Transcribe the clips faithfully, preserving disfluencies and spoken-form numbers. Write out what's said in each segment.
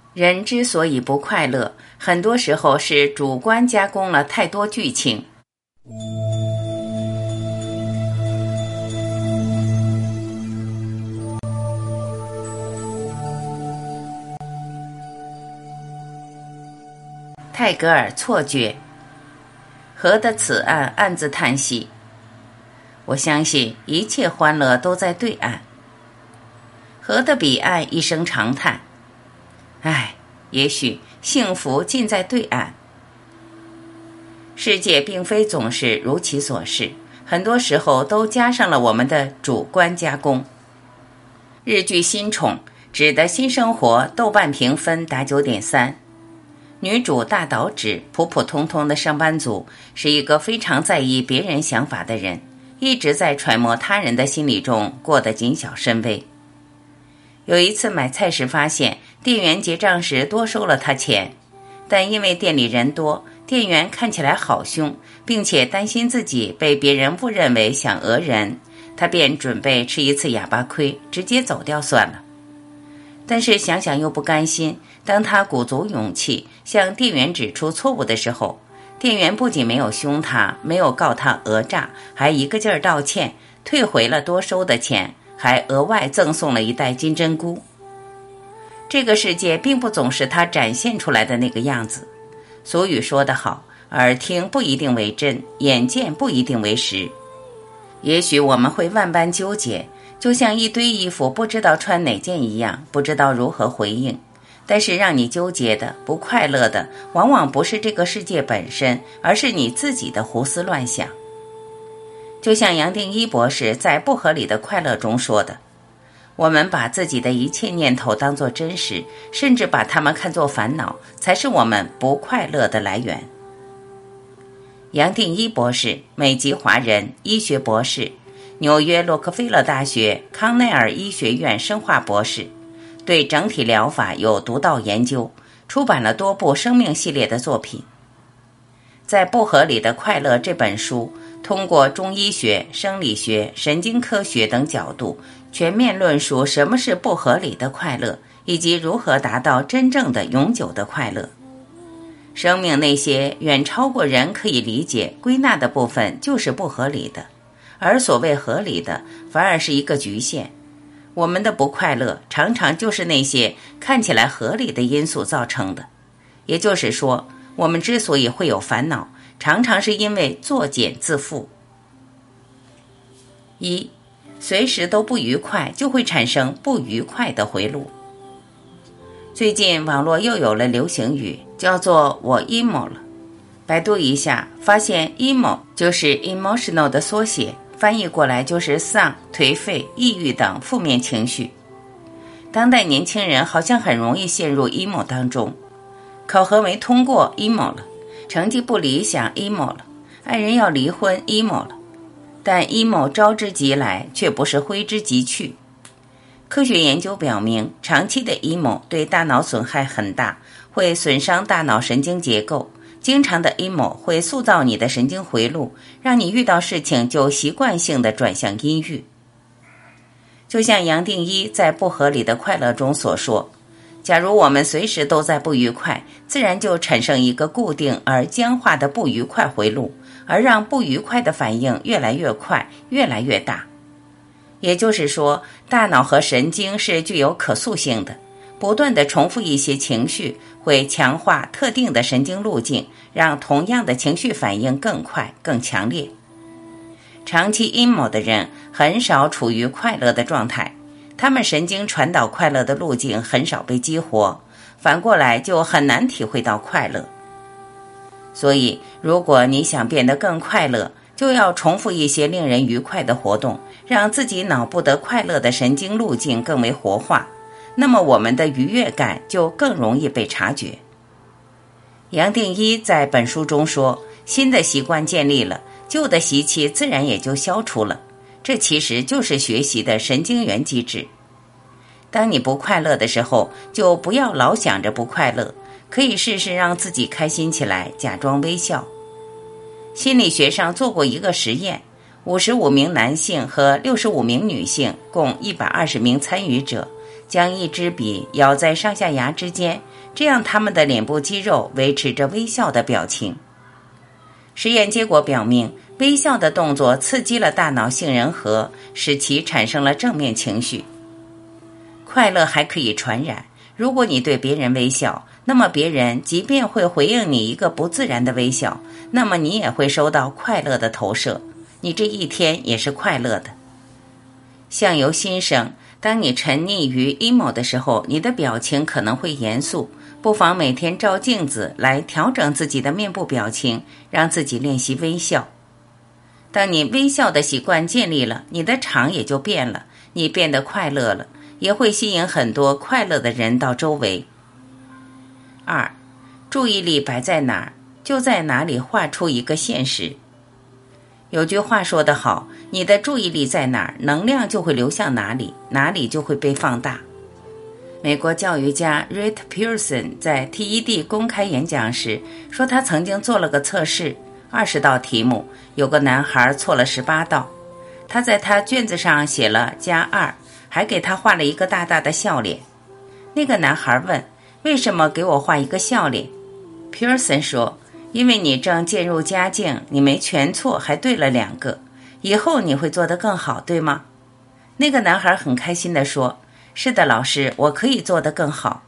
人之所以不快乐，很多时候是主观加工了太多剧情。泰戈尔错觉。河的此岸暗自叹息，我相信一切欢乐都在对岸。河的彼岸一声长叹，唉，也许幸福尽在对岸。世界并非总是如其所示，很多时候都加上了我们的主观加工。日剧新宠指的新生活豆瓣评分达 九点三， 女主大岛渚普普通通的上班族，是一个非常在意别人想法的人，一直在揣摩他人的心理中过得谨小慎微。有一次买菜时发现店员结账时多收了他钱，但因为店里人多，店员看起来好凶，并且担心自己被别人误认为想讹人，他便准备吃一次哑巴亏，直接走掉算了。但是想想又不甘心，当他鼓足勇气向店员指出错误的时候，店员不仅没有凶他，没有告他讹诈，还一个劲儿道歉，退回了多收的钱，还额外赠送了一袋金针菇。这个世界并不总是他展现出来的那个样子。俗语说得好，耳听不一定为真，眼见不一定为实。也许我们会万般纠结，就像一堆衣服不知道穿哪件一样，不知道如何回应。但是让你纠结的、不快乐的，往往不是这个世界本身，而是你自己的胡思乱想。就像杨定一博士在《不合理的快乐》中说的，我们把自己的一切念头当作真实，甚至把它们看作烦恼，才是我们不快乐的来源。杨定一博士，美籍华人，医学博士，纽约洛克菲勒大学康奈尔医学院生化博士，对整体疗法有独到研究，出版了多部生命系列的作品。在《不合理的快乐》这本书，通过中医学、生理学、神经科学等角度，全面论述什么是不合理的快乐，以及如何达到真正的永久的快乐。生命那些远超过人可以理解、归纳的部分就是不合理的，而所谓合理的，反而是一个局限。我们的不快乐常常就是那些看起来合理的因素造成的。也就是说，我们之所以会有烦恼，常常是因为作茧自缚。一，随时都不愉快，就会产生不愉快的回路。最近网络又有了流行语，叫做我 emo 了。百度一下，发现 emo 就是 emotional 的缩写，翻译过来就是丧、颓废、抑郁等负面情绪。当代年轻人好像很容易陷入 emo 当中，考核没通过 emo 了，成绩不理想 emo 了，爱人要离婚 emo 了。但 emo 招之即来，却不是挥之即去。科学研究表明，长期的 emo 对大脑损害很大，会损伤大脑神经结构。经常的 emo 会塑造你的神经回路，让你遇到事情就习惯性的转向阴郁。就像杨定一在《不合理的快乐》中所说，假如我们随时都在不愉快，自然就产生一个固定而僵化的不愉快回路，而让不愉快的反应越来越快，越来越大。也就是说，大脑和神经是具有可塑性的，不断地重复一些情绪，会强化特定的神经路径，让同样的情绪反应更快、更强烈。长期 emo 的人很少处于快乐的状态，他们神经传导快乐的路径很少被激活，反过来就很难体会到快乐。所以，如果你想变得更快乐，就要重复一些令人愉快的活动，让自己脑部的快乐的神经路径更为活化，那么我们的愉悦感就更容易被察觉。杨定一在本书中说，新的习惯建立了，旧的习气自然也就消除了，这其实就是学习的神经元机制。当你不快乐的时候，就不要老想着不快乐，可以试试让自己开心起来，假装微笑。心理学上做过一个实验，五十五名男性和六十五名女性，共一百二十名参与者， 将一支笔咬在上下牙之间，这样他们的脸部肌肉维持着微笑的表情。实验结果表明，微笑的动作刺激了大脑杏仁核，使其产生了正面情绪。快乐还可以传染，如果你对别人微笑，那么别人即便会回应你一个不自然的微笑，那么你也会收到快乐的投射，你这一天也是快乐的。相由心生，当你沉溺于 emo 的时候，你的表情可能会严肃，不妨每天照镜子来调整自己的面部表情，让自己练习微笑。当你微笑的习惯建立了，你的场也就变了，你变得快乐了，也会吸引很多快乐的人到周围。二，注意力摆在哪儿，就在哪里画出一个现实。有句话说得好，你的注意力在哪儿，能量就会流向哪里，哪里就会被放大。美国教育家 Rit Pearson 在 T E D 公开演讲时说，他曾经做了个测试，二十道题目，有个男孩错了十八道，他在他卷子上写了加二，还给他画了一个大大的笑脸。那个男孩问，为什么给我画一个笑脸？ Pearson 说，因为你正渐入佳境，你没全错，还对了两个，以后你会做得更好，对吗？那个男孩很开心地说，是的，老师，我可以做得更好。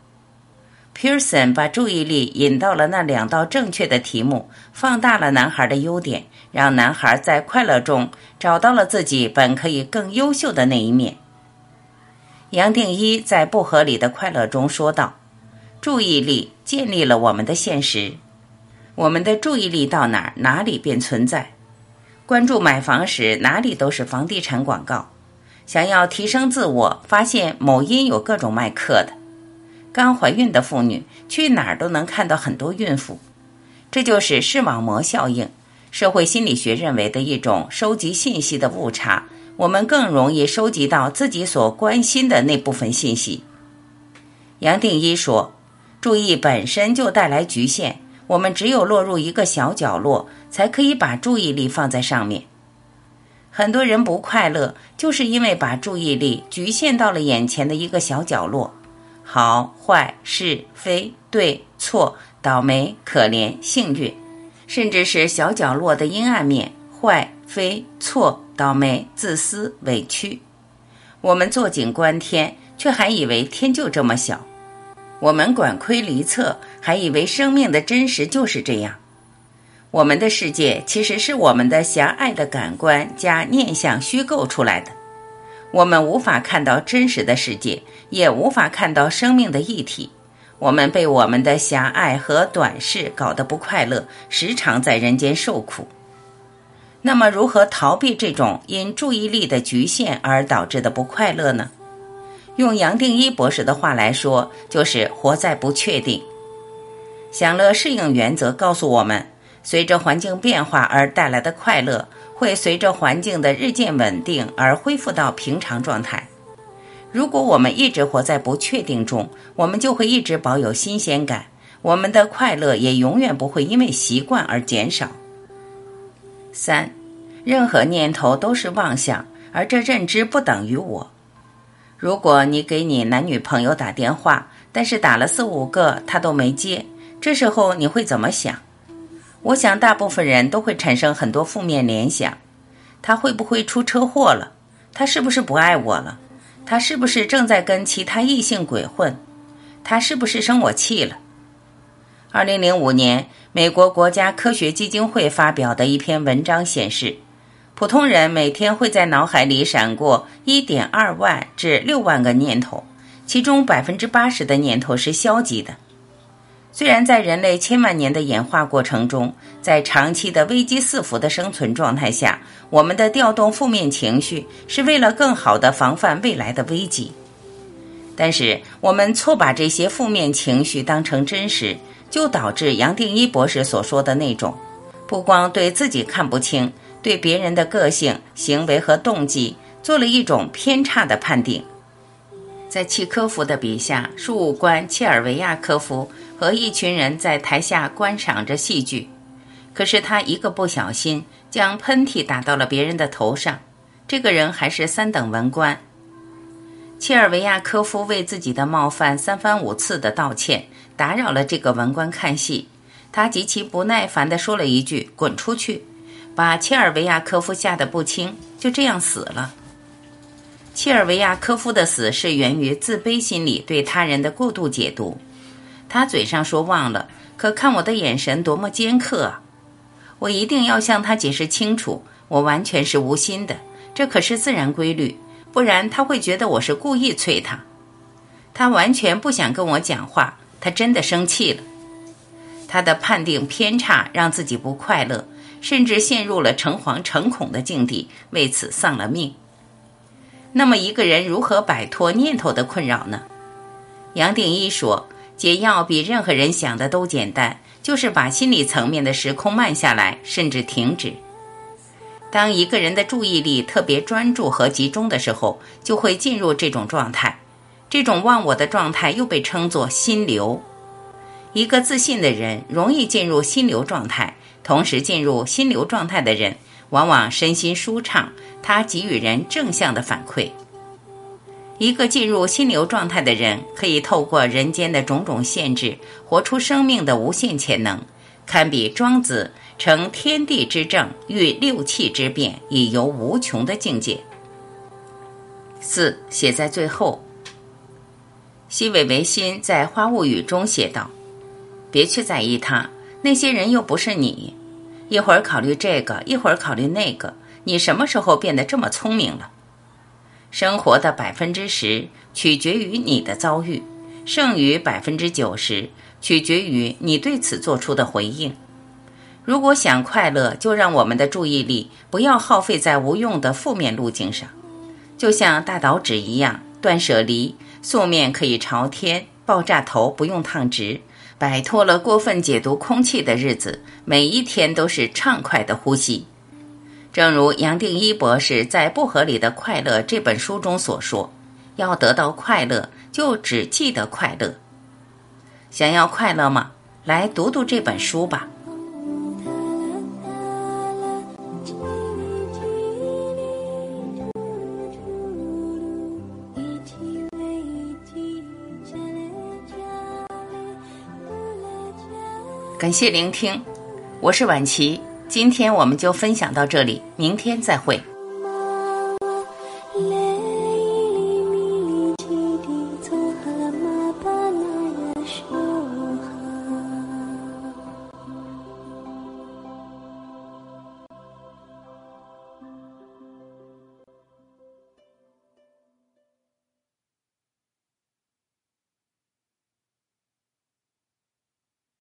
Pearson 把注意力引到了那两道正确的题目，放大了男孩的优点，让男孩在快乐中找到了自己本可以更优秀的那一面。杨定一在《不合理的快乐》中说道，注意力建立了我们的现实，我们的注意力到哪儿，哪里便存在。关注买房时，哪里都是房地产广告。想要提升自我，发现某音有各种卖课的。刚怀孕的妇女，去哪儿都能看到很多孕妇。这就是视网膜效应，社会心理学认为的一种收集信息的误差，我们更容易收集到自己所关心的那部分信息。杨定一说，注意本身就带来局限，我们只有落入一个小角落，才可以把注意力放在上面。很多人不快乐，就是因为把注意力局限到了眼前的一个小角落，好坏是非对错，倒霉可怜幸运，甚至是小角落的阴暗面，坏非错倒霉自私委屈。我们坐井观天，却还以为天就这么小，我们管窥离测，还以为生命的真实就是这样。我们的世界其实是我们的狭隘的感官加念想虚构出来的，我们无法看到真实的世界，也无法看到生命的议题，我们被我们的狭隘和短视搞得不快乐，时常在人间受苦。那么如何逃避这种因注意力的局限而导致的不快乐呢？用杨定一博士的话来说，就是活在不确定。享乐适应原则告诉我们，随着环境变化而带来的快乐，会随着环境的日渐稳定而恢复到平常状态。如果我们一直活在不确定中，我们就会一直保有新鲜感，我们的快乐也永远不会因为习惯而减少。三，任何念头都是妄想，而这认知不等于我。如果你给你男女朋友打电话，但是打了四五个他都没接，这时候你会怎么想？我想大部分人都会产生很多负面联想，他会不会出车祸了？他是不是不爱我了？他是不是正在跟其他异性鬼混？他是不是生我气了？二零零五年，美国国家科学基金会发表的一篇文章显示，普通人每天会在脑海里闪过 一点二万至六万个念头，其中 百分之八十 的念头是消极的。虽然在人类千万年的演化过程中，在长期的危机四伏的生存状态下，我们的调动负面情绪是为了更好地防范未来的危机。但是我们错把这些负面情绪当成真实，就导致杨定一博士所说的那种，不光对自己看不清，对别人的个性、行为和动机做了一种偏差的判定。在契科夫的笔下，庶务官切尔维亚科夫和一群人在台下观赏着戏剧，可是他一个不小心将喷嚏打到了别人的头上，这个人还是三等文官。 切尔维亚科夫为自己的冒犯三番五次的道歉，打扰了这个文官看戏。他极其不耐烦地说了一句“滚出去”，把切尔维亚科夫吓得不轻，就这样死了。切尔维亚科夫的死是源于自卑心理对他人的过度解读。他嘴上说忘了，可看我的眼神多么尖刻啊！我一定要向他解释清楚，我完全是无心的，这可是自然规律，不然他会觉得我是故意催他。他完全不想跟我讲话，他真的生气了。他的判定偏差让自己不快乐，甚至陷入了诚惶诚恐的境地，为此丧了命。那么一个人如何摆脱念头的困扰呢？杨定一说，解药比任何人想的都简单，就是把心理层面的时空慢下来，甚至停止。当一个人的注意力特别专注和集中的时候，就会进入这种状态。这种忘我的状态又被称作心流。一个自信的人容易进入心流状态，同时进入心流状态的人往往身心舒畅，他给予人正向的反馈。一个进入心流状态的人可以透过人间的种种限制，活出生命的无限潜能，堪比庄子成天地之正，遇六气之变，以游无穷的境界。四，写在最后。西尾维新在《花物语》中写道，别去在意他，那些人又不是你，一会儿考虑这个，一会儿考虑那个，你什么时候变得这么聪明了？生活的百分之十取决于你的遭遇，剩余百分之九十取决于你对此做出的回应。如果想快乐，就让我们的注意力不要耗费在无用的负面路径上，就像大岛指一样，断舍离，素面可以朝天，爆炸头不用烫直，摆脱了过分解读空气的日子，每一天都是畅快的呼吸。正如杨定一博士在《不合理的快乐》这本书中所说，要得到快乐，就只记得快乐。想要快乐吗？来读读这本书吧。感谢聆听，我是婉琪，今天我们就分享到这里，明天再会。